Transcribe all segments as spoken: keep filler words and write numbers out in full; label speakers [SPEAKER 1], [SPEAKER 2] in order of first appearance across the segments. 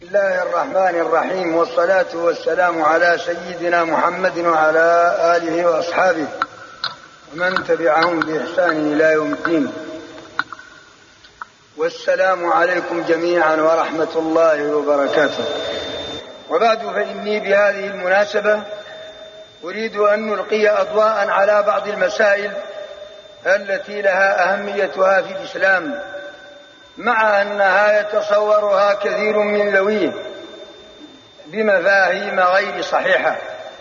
[SPEAKER 1] الله الرحمن الرحيم، والصلاة والسلام على سيدنا محمد وعلى آله وأصحابه ومن تبعهم بإحسان إلى يوم الدين. والسلام عليكم جميعا ورحمة الله وبركاته. وبعد، فإني بهذه المناسبة أريد أن نلقي أضواء على بعض المسائل التي لها أهميتها في الإسلام، مع أنها يتصورها كثير من ذويه بمفاهيم غير صحيحة.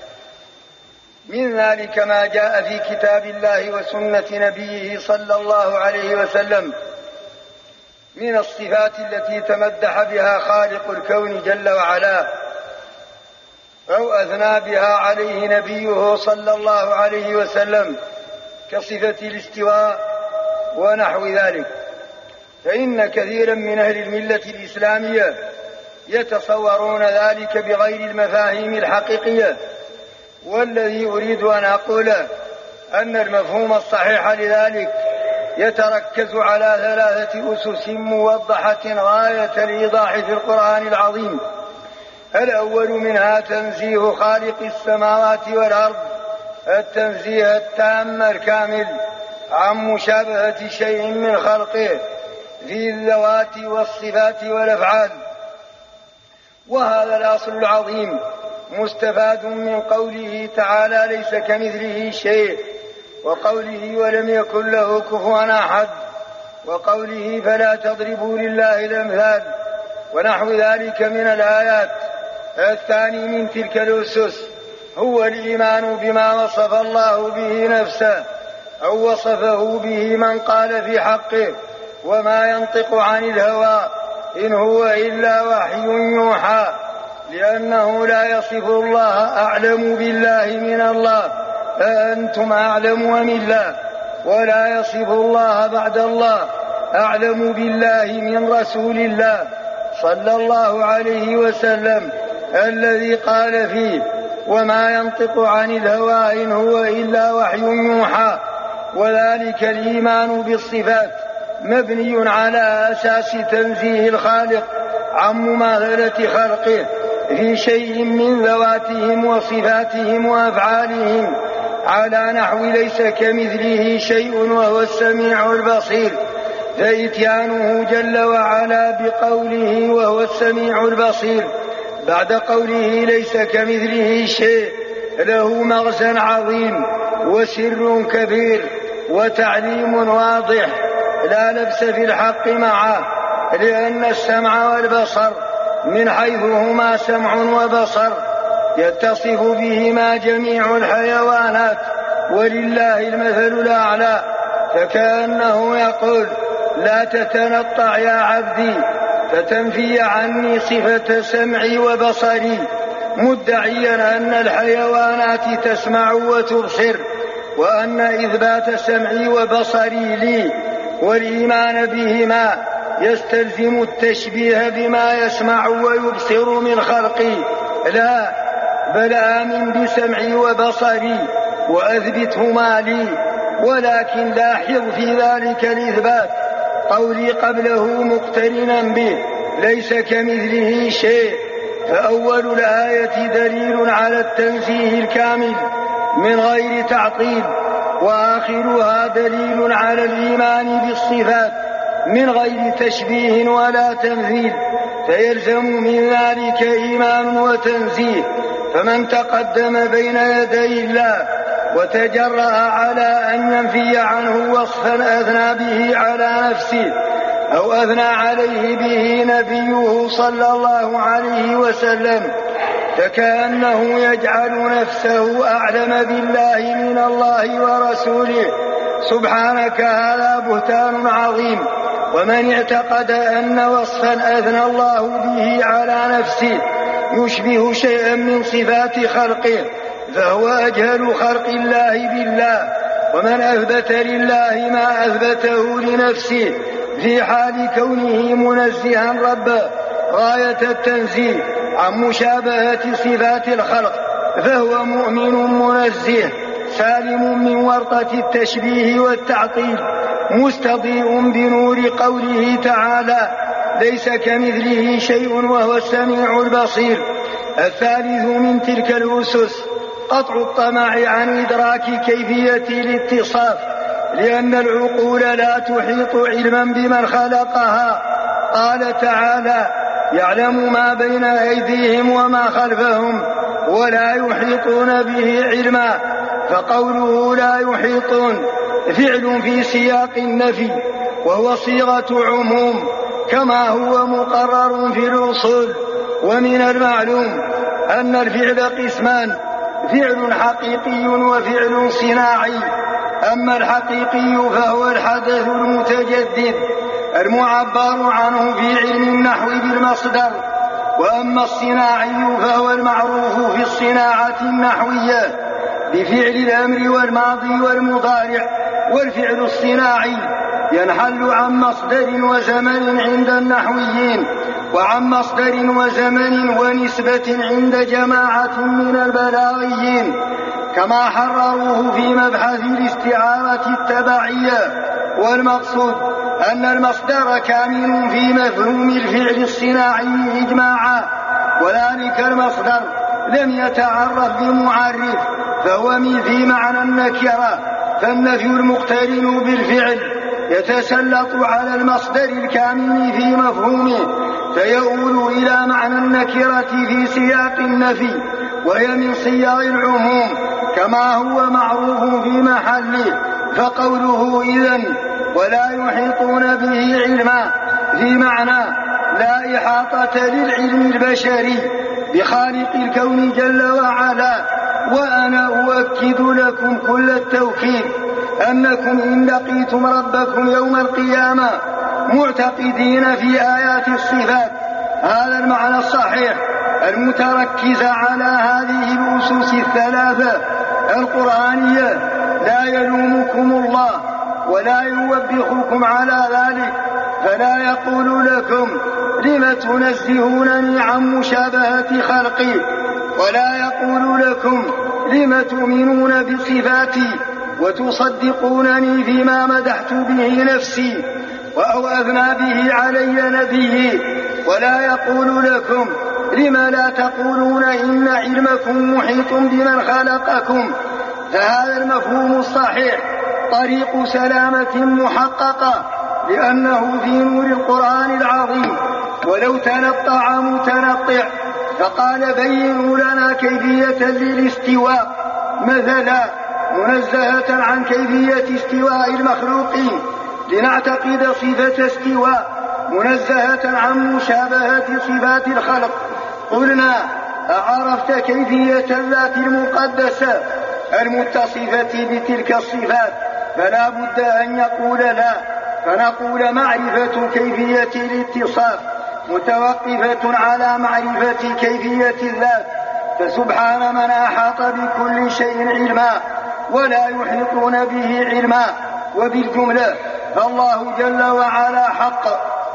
[SPEAKER 1] من ذلك ما جاء في كتاب الله وسنة نبيه صلى الله عليه وسلم من الصفات التي تمدح بها خالق الكون جل وعلا، أو أثنى بها عليه نبيه صلى الله عليه وسلم، كصفة الاستواء ونحو ذلك. فإن كثيرا من أهل الملة الإسلامية يتصورون ذلك بغير المفاهيم الحقيقية، والذي أريد أن أقوله أن المفهوم الصحيح لذلك يتركز على ثلاثة أسس موضحة غاية الإيضاح في القرآن العظيم. الأول منها تنزيه خالق السماوات والأرض التنزيه التام الكامل عن مشابهة شيء من خلقه في الذوات والصفات والأفعال، وهذا الأصل العظيم مستفاد من قوله تعالى ليس كمثله شيء، وقوله ولم يكن له كفوا أحد، وقوله فلا تضربوا لله الأمثال، ونحو ذلك من الآيات. الثاني من تلك الأسس هو الإيمان بما وصف الله به نفسه أو وصفه به من قال في حقه: وما ينطق عن الهوى إن هو إلا وحي يوحى، لأنه لا يصف الله أعلم بالله من الله أأنتم أعلم أم الله، ولا يصف الله بعد الله أعلم بالله من رسول الله صلى الله عليه وسلم، الذي قال فيه: وما ينطق عن الهوى إن هو إلا وحي يوحى. وذلك الإيمان بالصفات مبني على أساس تنزيه الخالق عن مماثلة خلقه في شيء من ذواتهم وصفاتهم وأفعالهم، على نحو ليس كمثله شيء وهو السميع البصير، فإتيانه جل وعلا بقوله وهو السميع البصير بعد قوله ليس كمثله شيء له مغزى عظيم وسر كبير وتعليم واضح لا لبس في الحق معه، لأن السمع والبصر من حيث هما سمع وبصر يتصف بهما جميع الحيوانات، ولله المثل الأعلى. فكأنه يقول: لا تتنطع يا عبدي فتنفي عني صفة سمعي وبصري، مدعيا أن الحيوانات تسمع وتبصر، وأن إثبات سمعي وبصري لي والإيمان بهما يستلزم التشبيه بما يسمع ويبصر من خلقي. لا، بل آمن بسمعي وبصري وأثبتهما لي، ولكن لاحظ في ذلك الإثبات قولي قبله مقترنا به: ليس كمثله شيء. فأول الآية دليل على التنزيه الكامل من غير تعطيل، وآخرها دليل على الإيمان بالصفات من غير تشبيه ولا تمثيل، فيلزم من ذلك إيمان وتنزيه. فمن تقدم بين يدي الله وتجرأ على أن ينفي عنه وصفا أثنى به على نفسه أو أثنى عليه به نبيه صلى الله عليه وسلم، فكأنه يجعل نفسه أعلم بالله من الله ورسوله. سبحانك، هذا بهتان عظيم. ومن اعتقد أن وصفا أثنى الله به على نفسه يشبه شيئا من صفات خلقه فهو أجهل خلق الله بالله. ومن أثبت لله ما أثبته لنفسه في حال كونه منزها ربه غاية التنزيه عن مشابهة صفات الخلق فهو مؤمن منزه سالم من ورطة التشبيه والتعطيل، مستضيء بنور قوله تعالى: ليس كمثله شيء وهو السميع البصير. الثالث من تلك الأسس قطع الطمع عن إدراك كيفية الاتصاف، لأن العقول لا تحيط علما بمن خلقها. قال تعالى: يعلم ما بين أيديهم وما خلفهم ولا يحيطون به علما. فقوله لا يحيطون فعل في سياق النفي، وهو صيغة عموم كما هو مقرر في الأصول. ومن المعلوم أن الفعل قسمان: فعل حقيقي وفعل صناعي. أما الحقيقي فهو الحدث المتجدد المعبر عنه في علم النحو بالمصدر، وأما الصناعي فهو المعروف في الصناعة النحوية بفعل الأمر والماضي والمضارع. والفعل الصناعي ينحل عن مصدر وزمن عند النحويين، وعن مصدر وزمن ونسبة عند جماعة من البلاغيين، كما حرروه في مبحث الاستعارة التبعية. والمقصود أن المصدر كامل في مفهوم الفعل الصناعي إجماعا، وذلك المصدر لم يتعرف بمعرف، فهو من في معنى النكرة. فالنفي المقترن بالفعل يتسلط على المصدر الكامل في مفهومه، فيؤول إلى معنى النكرة في سياق النفي، وهي من صيغ العموم كما هو معروف في محله. فقوله إذن ولا يحيطون به علما في معنى لا إحاطة للعلم البشري بخالق الكون جل وعلا. وأنا أؤكد لكم كل التوكيد أنكم إن لقيتم ربكم يوم القيامة معتقدين في آيات الصفات هذا المعنى الصحيح المتركز على هذه الأسس الثلاثة القرآنية، لا يلومكم الله ولا يوبخكم على ذلك، فلا يقول لكم لم تنزهونني عن مشابهة خلقي، ولا يقول لكم لم تؤمنون بصفاتي وتصدقونني فيما مدحت به نفسي أو أثنى به علي نبيي، ولا يقول لكم لم لا تقولون إن علمكم محيط بمن خلقكم. فهذا المفهوم الصحيح طريق سلامة محققة، لأنه في نور القرآن العظيم. ولو تنطع متنطع فقال بينوا لنا كيفية للاستواء مثلا منزهة عن كيفية استواء المخلوقين لنعتقد صفة استواء منزهة عن مشابهة صفات الخلق، قلنا أعرفت كيفية الذات المقدسة المتصفة بتلك الصفات؟ فلا بد أن يقول لا، فنقول معرفة كيفية الاتصاف متوقفة على معرفة كيفية الذات. فسبحان من أحاط بكل شيء علما ولا يحيطون به علما. وبالجملة فالله جل وعلا حق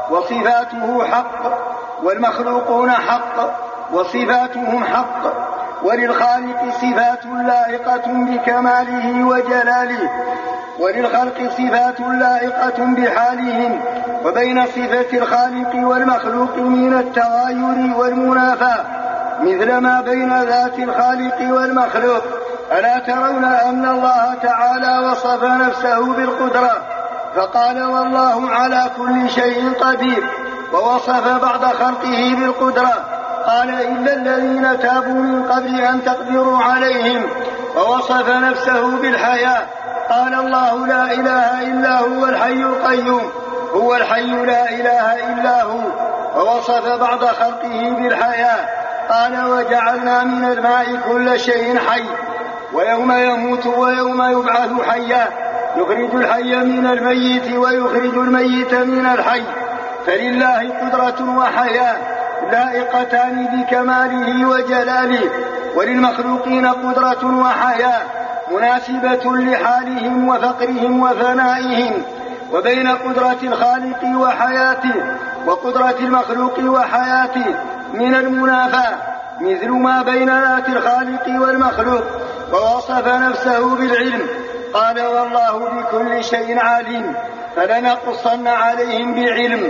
[SPEAKER 1] وصفاته حق، والمخلوقون حق وصفاتهم حق، وللخالق صفات لائقة بكماله وجلاله، وللخلق صفات لائقة بحالهم. وبين صفة الخالق والمخلوق من التغاير والمنافاة مثل ما بين ذات الخالق والمخلوق. ألا ترون أن الله تعالى وصف نفسه بالقدرة فقال والله على كل شيء قدير، ووصف بعض خلقه بالقدرة قال إلا الذين تابوا من قبل أن تقدروا عليهم، ووصف نفسه بالحياة قال الله لا إله إلا هو الحي القيوم، هو الحي لا إله إلا هو، ووصف بعض خلقه بالحياة قال وجعلنا من الماء كل شيء حي، ويوم يموت ويوم يبعث حيا يخرج الحي من الميت ويخرج الميت من الحي. فلله قدرة وحياة لائقتان بكماله وجلاله، وللمخلوقين قدرة وحياة مناسبة لحالهم وفقرهم وفنائهم. وبين قدرة الخالق وحياته وقدرة المخلوق وحياته من المنافاة مثل ما بين ذات الخالق والمخلوق. ووصف نفسه بالعلم قال والله بكل شيء عليم، فلنقصن عليهم بعلم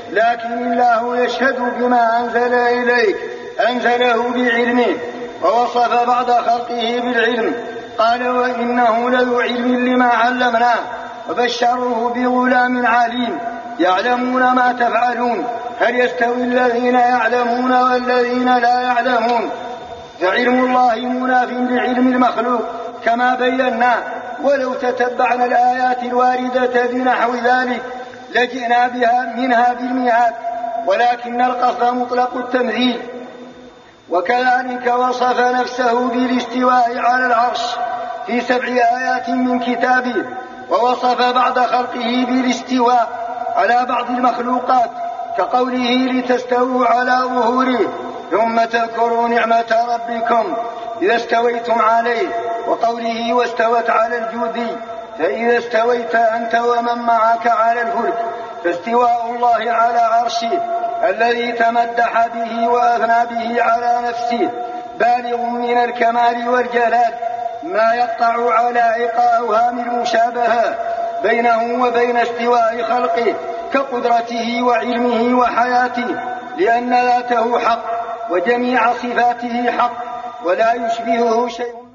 [SPEAKER 1] لكن الله يشهد بما أنزل إليك أنزله بعلمه، ووصف بعض خلقه بالعلم. قال وإنه لذو علم لما علمناه، وبشره بغلام عليم يعلمون ما تفعلون. هل يستوي الذين يعلمون والذين لا يعلمون؟ فعلم الله مناف بعلم المخلوق كما بينا، ولو تتبعنا الآيات الواردة بنحو ذلك لجئنا بها منها بالمئات، ولكن القصد مطلق التمثيل. وكذلك وصف نفسه بالاستواء على العرش في سبع آيات من كتابه، ووصف بعض خلقه بالاستواء على بعض المخلوقات كقوله لتستووا على ظهوره ثم تذكروا نعمة ربكم إذا استويتم عليه، وقوله واستوت على الجودي فإذا استويت أنت ومن معك على الفلك. فاستواء الله على عرشه الذي تمدح به وأثنى به على نفسه بالغ من الكمال والجلال، ما يقطع علائق أوهام المشابهة بينه وبين استواء خلقه كقدرته وعلمه وحياته، لأن ذاته حق وجميع صفاته حق ولا يشبهه شيء.